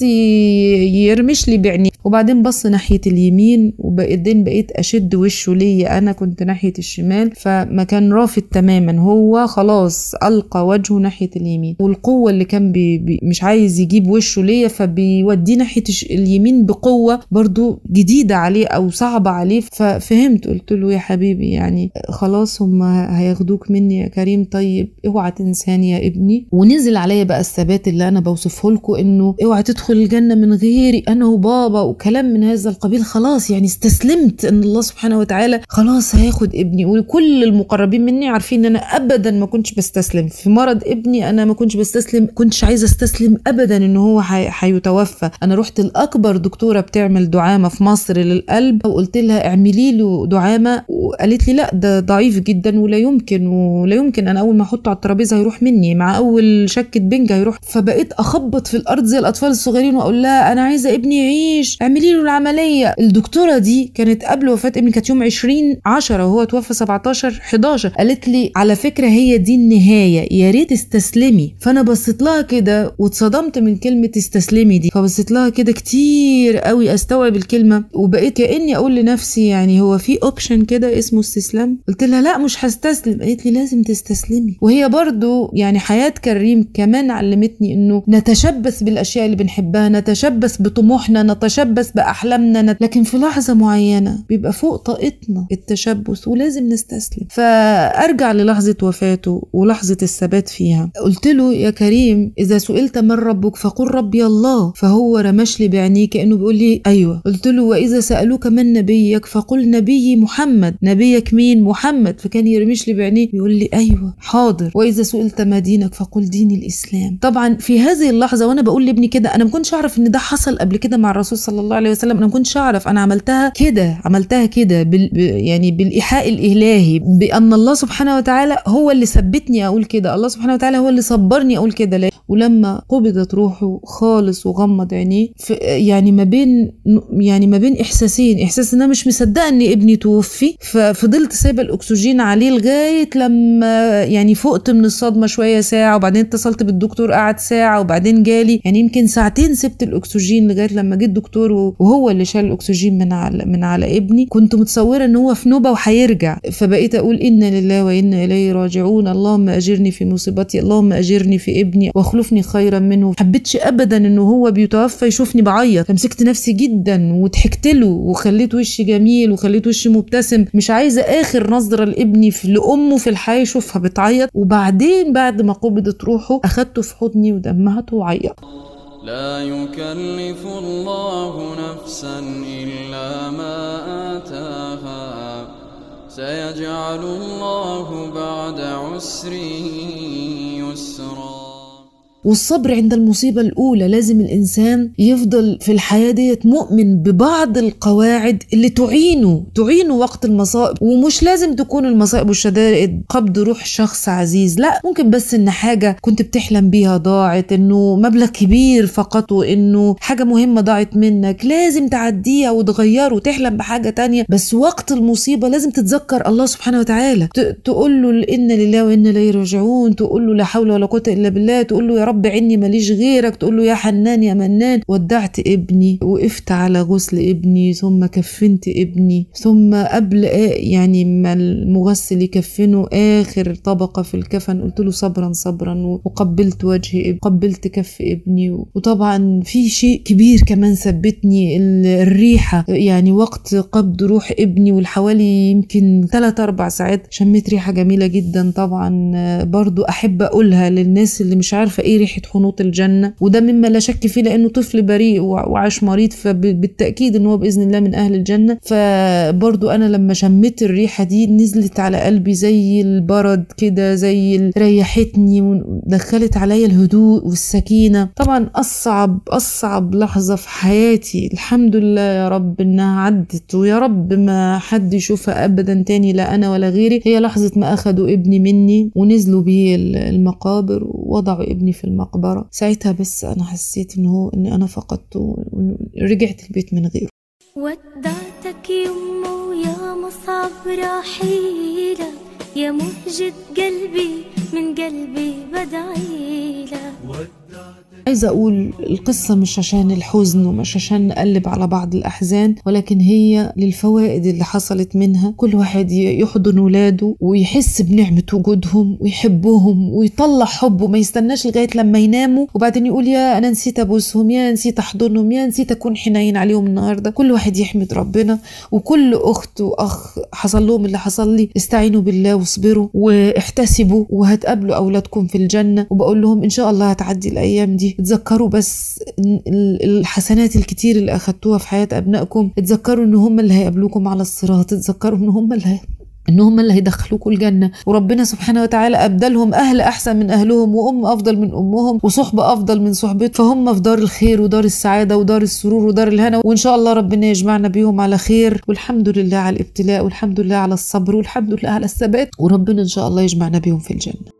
يرمش لي بعينيه. وبعدين بص ناحية اليمين، وبعدين بقيت أشد وشه ليا، أنا كنت ناحية الشمال، فما كان رافض تماما، هو خلاص ألقى وجهه ناحية اليمين، والقوة اللي كان بي بي مش عايز يجيب وشه ليا فبيوديه ناحية اليمين بقوة برضو جديدة عليه أو صعبة عليه. ففهمت، قلت له يا حبيبي يعني خلاص هم هياخدوك مني يا كريم، طيب اوعى تنساني يا ابني. ونزل عليا بقى الثبات اللي أنا بوصفه لكم، إنه اوعى تدخل الجنة من غيري أنا وبابا وكلام من هذا القبيل. خلاص يعني استسلمت ان الله سبحانه وتعالى خلاص هياخد ابني، وكل المقربين مني عارفين ان انا ابدا ما كنتش بستسلم في مرض ابني، انا ما كنتش بستسلم، كنتش عايزه استسلم ابدا ان هو هيتوفى. انا رحت لاكبر دكتوره بتعمل دعامه في مصر للقلب وقلت لها اعملي له دعامه، وقالت لي لا ده ضعيف جدا ولا يمكن ولا يمكن، انا اول ما احطه على الترابيزه هيروح مني، مع اول شكه بنج هيروح. فبقيت اخبط في الارض زي الاطفال الصغيرين واقول لها انا عايزه ابني يعيش، اعملي له العمليه. الدكتوره دي كانت قبل وفاه ابني، كانت يوم عشرين عشرة وهو توفى سبعتاشر حداشر، قالت لي على فكره هي دي النهايه، يا ريت استسلمي. فانا بصيت لها كده واتصدمت من كلمه استسلمي دي، فبصيت لها كده كتير قوي استوعب الكلمه، وبقيت كاني اقول لنفسي يعني هو في اوبشن كده اسمه استسلام؟ قلت لها لا مش هستسلم. قالت لي لازم تستسلمي. وهي برضو يعني حياه كريم كمان علمتني انه نتشبث بالاشياء اللي بنحبها، نتشبث بطموحنا، نتشبث بأحلامنا، نت... لكن في لحظة معينة بيبقى فوق طاقتنا التشبث ولازم نستسلم. فأرجع للحظة وفاته ولحظة الثبات فيها، قلت له يا كريم إذا سئلت من ربك فقل ربي الله. فهو رمش لي بعينيه كأنه بيقول لي أيوة. قلت له وإذا سألوك من نبيك فقل نبي محمد. نبيك مين؟ محمد. فكان يرمش لي بعينيه يقول لي أيوة حاضر. وإذا سئلت ما دينك فقل دين الإسلام. طبعا في هذه اللحظة وأنا بقول لابني كده، أنا ما كنتش أعرف إن ده حصل قبل كده مع الرسول صلى الله عليه وسلم، انا ما كنتش اعرف، انا عملتها كده عملتها كده بال... يعني بالايحاء الالهي، بان الله سبحانه وتعالى هو اللي ثبتني اقول كده، الله سبحانه وتعالى هو اللي صبرني اقول كده. ولما قبضت روحه خالص وغمض عينيه يعني ما بين يعني ما بين احساسين، احساس ان انا مش مصدقه ان ابني توفي، ففضلت سايبه الاكسجين عليه لغايه لما يعني فقت من الصدمه شويه ساعه، وبعدين اتصلت بالدكتور قعد ساعه، وبعدين جالي يعني يمكن ساعتين سبت الاكسجين لغايه لما جه الدكتور وهو اللي شال الاكسجين من على من على ابني. كنت متصوره ان هو في نوبه وهيرجع، فبقيت اقول انا لله وانا اليه راجعون، اللهم اجرني في مصيبتي، اللهم اجرني في ابني واخلفني خيرا منه. حبيتش ابدا انه هو بيتوفى يشوفني بعيط، فمسكت نفسي جدا وضحكت له وخليت وشي جميل وخليت وشي مبتسم، مش عايزه اخر نظره لابني في لامه في الحياه يشوفها بتعيط. وبعدين بعد ما قبضت روحه اخدته في حضني ودمعته وعيط. لا يكلف الله نفسا إلا ما آتاها سيجعل الله بعد عسر يسرا. والصبر عند المصيبة الأولى، لازم الإنسان يفضل في الحياة ديت مؤمن ببعض القواعد اللي تعينه تعينه وقت المصائب. ومش لازم تكون المصائب والشدائد قبض روح شخص عزيز، لا، ممكن بس إن حاجة كنت بتحلم بيها ضاعت، إنه مبلغ كبير فقطه، إنه حاجة مهمة ضاعت منك، لازم تعديها وتغير وتحلم بحاجة تانية. بس وقت المصيبة لازم تتذكر الله سبحانه وتعالى، تقول له إن لله وإنا إليه راجعون، تقول له لا حول ولا قوة إلا بالله، تقول له يا رب عني ماليش غيرك، تقول له يا حنان يا منان. ودعت ابني، وقفت على غسل ابني، ثم كفنت ابني، ثم قبل يعني ما المغسل يكفنه آخر طبقة في الكفن قلت له صبرا صبرا، وقبلت وجه ابني، قبلت كف ابني. وطبعا في شيء كبير كمان ثبتني، الريحة، يعني وقت قبض روح ابني والحوالي يمكن ثلاث أربع ساعات شميت ريحة جميلة جدا. طبعا برضو أحب أقولها للناس اللي مش عارفة إيه ريحة حنوط الجنة، وده مما لا شك فيه لأنه طفل بريء وعاش مريض، فبالتأكيد أنه بإذن الله من أهل الجنة. فبرضو أنا لما شميت الريحة دي نزلت على قلبي زي البرد كده، زي ريحتني ودخلت عليا الهدوء والسكينة. طبعا أصعب أصعب لحظة في حياتي، الحمد لله يا رب إنها عدت، ويا رب ما حد يشوفها أبدا تاني، لا أنا ولا غيري، هي لحظة ما أخدوا ابني مني ونزلوا بيه المقابر ووضعوا ابني في المقبرة. ساعتها بس أنا حسيت إنه إني أنا فقدته ورجعت البيت من غيره. ودعتك يمه يا مصعب رحيلة، يا مهجة قلبي من قلبي بدعيلة. عايزة أقول القصة مش عشان الحزن ومش عشان نقلب على بعض الأحزان، ولكن هي للفوائد اللي حصلت منها. كل واحد يحضن ولاده ويحس بنعمة وجودهم ويحبهم ويطلع حبه، ما يستناش لغاية لما يناموا وبعدين يقول يا أنا نسيت أبوسهم، يا نسيت أحضنهم، يا نسيت أكون حنين عليهم النهاردة. كل واحد يحمد ربنا، وكل أخت وأخ حصل لهم اللي حصل لي استعينوا بالله واصبروا واحتسبوا، وهتقابلوا أولادكم في الجنة. وبقول لهم إن شاء الله هتعدي الأيام دي. اتذكروا بس الحسنات الكتير اللي أخدتوها في حياة أبنائكم، اتذكروا إن هم اللي هيقابلوكم على الصراط، اتذكروا إن هم اللي هي... إن هم اللي هيدخلوكوا الجنة، وربنا سبحانه وتعالى أبدلهم أهل أحسن من أهلهم، وأم أفضل من أمهم، وصحبة أفضل من صحبتهم، فهم في دار الخير ودار السعادة ودار السرور ودار الهنا. وإن شاء الله ربنا يجمعنا بيهم على خير. والحمد لله على الابتلاء، والحمد لله على الصبر، والحمد لله على الثبات، وربنا إن شاء الله يجمعنا بيهم في الجنة.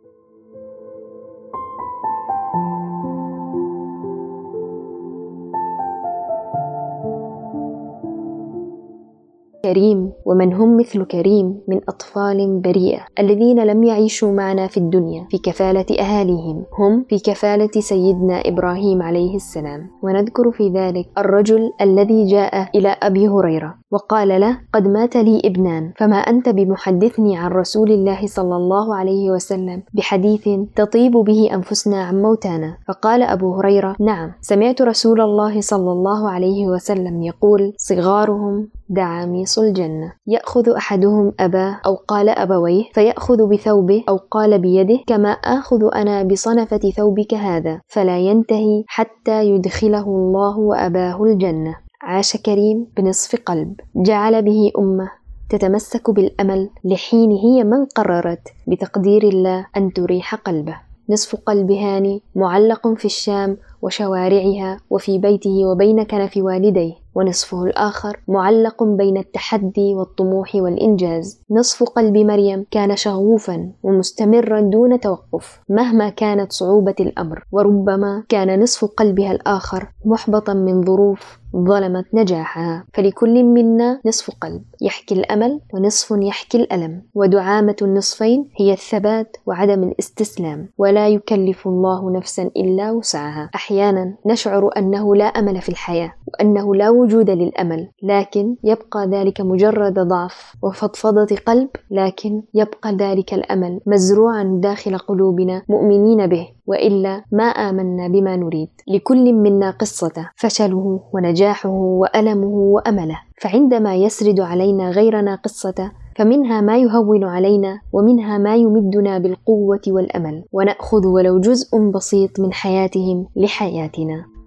كريم ومن هم مثل كريم من أطفال بريئة الذين لم يعيشوا معنا في الدنيا في كفالة أهاليهم، هم في كفالة سيدنا إبراهيم عليه السلام. ونذكر في ذلك الرجل الذي جاء إلى أبي هريرة وقال له قد مات لي ابنان، فما أنت بمحدثني عن رسول الله صلى الله عليه وسلم بحديث تطيب به أنفسنا عن موتانا؟ فقال أبو هريرة نعم، سمعت رسول الله صلى الله عليه وسلم يقول صغارهم دعاميص الجنة، يأخذ أحدهم أباه أو قال أبويه فيأخذ بثوبه أو قال بيده، كما آخذ أنا بصنفة ثوبك هذا، فلا ينتهي حتى يدخله الله وأباه الجنة. عاش كريم بنصف قلب، جعل به أمة تتمسك بالأمل لحين هي من قررت بتقدير الله أن تريح قلبه. نصف قلب هاني معلق في الشام وشوارعها وفي بيته وبين كنف والديه، ونصفه الآخر معلق بين التحدي والطموح والإنجاز. نصف قلب مريم كان شغوفا ومستمرا دون توقف مهما كانت صعوبة الأمر، وربما كان نصف قلبها الآخر محبطا من ظروف ظلمت نجاحها. فلكل منا نصف قلب يحكي الأمل ونصف يحكي الألم، ودعامة النصفين هي الثبات وعدم الاستسلام، ولا يكلف الله نفسا إلا وسعها. أحيانا نشعر أنه لا أمل في الحياة وأنه لا وجود للأمل، لكن يبقى ذلك مجرد ضعف وفضفضة قلب، لكن يبقى ذلك الأمل مزروعا داخل قلوبنا مؤمنين به، وإلا ما آمنا بما نريد. لكل منا قصته، فشله ونجاحه وألمه وأمله، فعندما يسرد علينا غيرنا قصته فمنها ما يهون علينا ومنها ما يمدنا بالقوة والأمل، ونأخذ ولو جزء بسيط من حياتهم لحياتنا.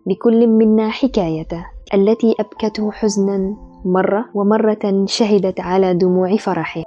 لكل منا حكايته التي أبكته حزنا مرة، ومرة شهدت على دموع فرحه.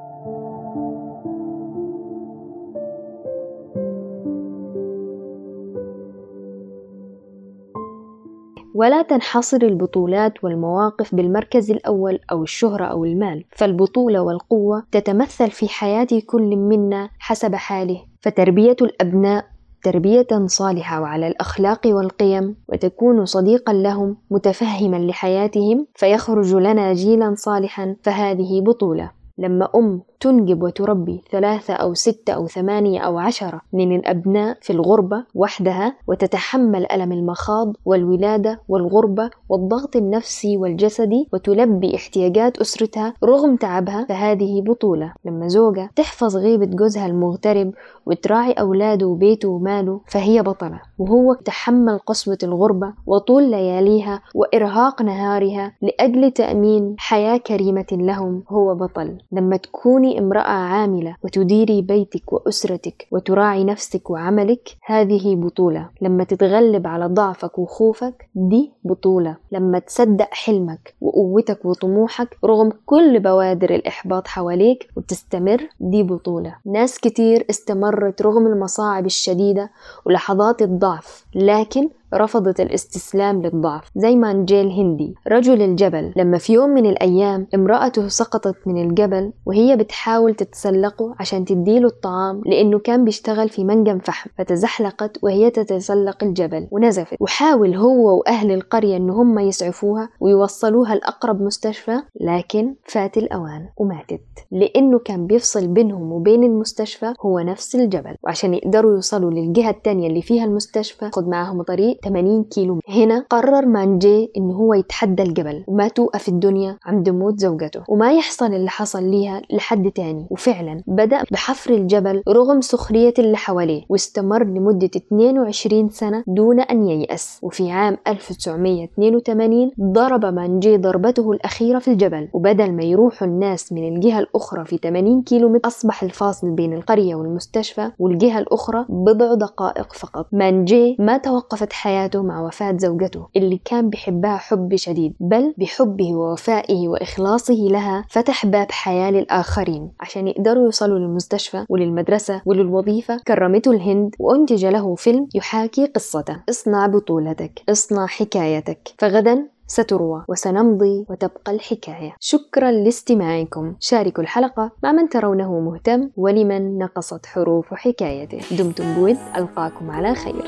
ولا تنحصر البطولات والمواقف بالمركز الأول أو الشهرة أو المال، فالبطولة والقوة تتمثل في حياة كل منا حسب حاله. فتربية الأبناء تربية صالحة وعلى الأخلاق والقيم، وتكون صديقا لهم متفهما لحياتهم، فيخرج لنا جيلا صالحا، فهذه بطولة. لما أم تنجب وتربي ثلاثة أو ستة أو ثمانية أو عشرة من الأبناء في الغربة وحدها، وتتحمل ألم المخاض والولادة والغربة والضغط النفسي والجسدي، وتلبي احتياجات أسرتها رغم تعبها، فهذه بطولة. لما زوجة تحفظ غيبة جوزها المغترب وتراعي أولاده وبيته وماله، فهي بطلة. وهو تحمل قسوة الغربة وطول لياليها وإرهاق نهارها لأجل تأمين حياة كريمة لهم، هو بطل. لما تكوني امرأة عاملة وتديري بيتك وأسرتك وتراعي نفسك وعملك، هذه بطولة. لما تتغلب على ضعفك وخوفك، دي بطولة. لما تصدق حلمك وقوتك وطموحك رغم كل بوادر الإحباط حواليك وتستمر، دي بطولة. ناس كتير استمرت رغم المصاعب الشديدة ولحظات الضعف، لكن رفضت الاستسلام للضعف، زي مانجي الهندي رجل الجبل. لما في يوم من الأيام امرأته سقطت من الجبل وهي بتحاول تتسلقه عشان تديله الطعام، لأنه كان بيشتغل في منجم فحم، فتزحلقت وهي تتسلق الجبل ونزفت. وحاول هو وأهل القرية إن هم يسعفوها ويوصلوها لأقرب مستشفى، لكن فات الأوان وماتت، لأنه كان بيفصل بينهم وبين المستشفى هو نفس الجبل. وعشان يقدروا يوصلوا للجهة التانية اللي فيها المستشفى خد معهم طريق ثمانين كيلو. هنا قرر مانجي إنه هو يتحدى الجبل وما توقف الدنيا عند موت زوجته وما يحصل اللي حصل ليها لحد تاني. وفعلا بدأ بحفر الجبل رغم سخرية اللي حواليه، واستمر لمدة اثنين وعشرين سنة دون أن ييأس. وفي عام ألف وتسعمائة واثنين وثمانين ضرب مانجي ضربته الأخيرة في الجبل، وبدل ما يروحوا الناس من الجهة الأخرى في ثمانين كيلو متر، أصبح الفاصل بين القرية والمستشفى والجهة الأخرى بضع دقائق فقط. مانجي ما توقفت حياته مع وفاة زوجته اللي كان بيحبها حب شديد، بل بحبه ووفائه وإخلاصه لها فتح باب حياة للآخرين عشان يقدروا يوصلوا للمستشفى وللمدرسة وللوظيفة. كرمته الهند وأنتج له فيلم يحاكي قصته. اصنع بطولتك، اصنع حكايتك، فغدا ستروى وسنمضي وتبقى الحكاية. شكرا لاستماعكم. شاركوا الحلقة مع من ترونه مهتم ولمن نقصت حروف حكايته. دمتم بود، ألقاكم على خير.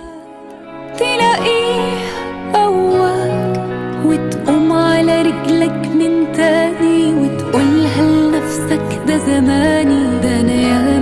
تلاقيه قواك وتقوم على رجلك من تاني وتقولها لنفسك ده زماني، ده أنا يا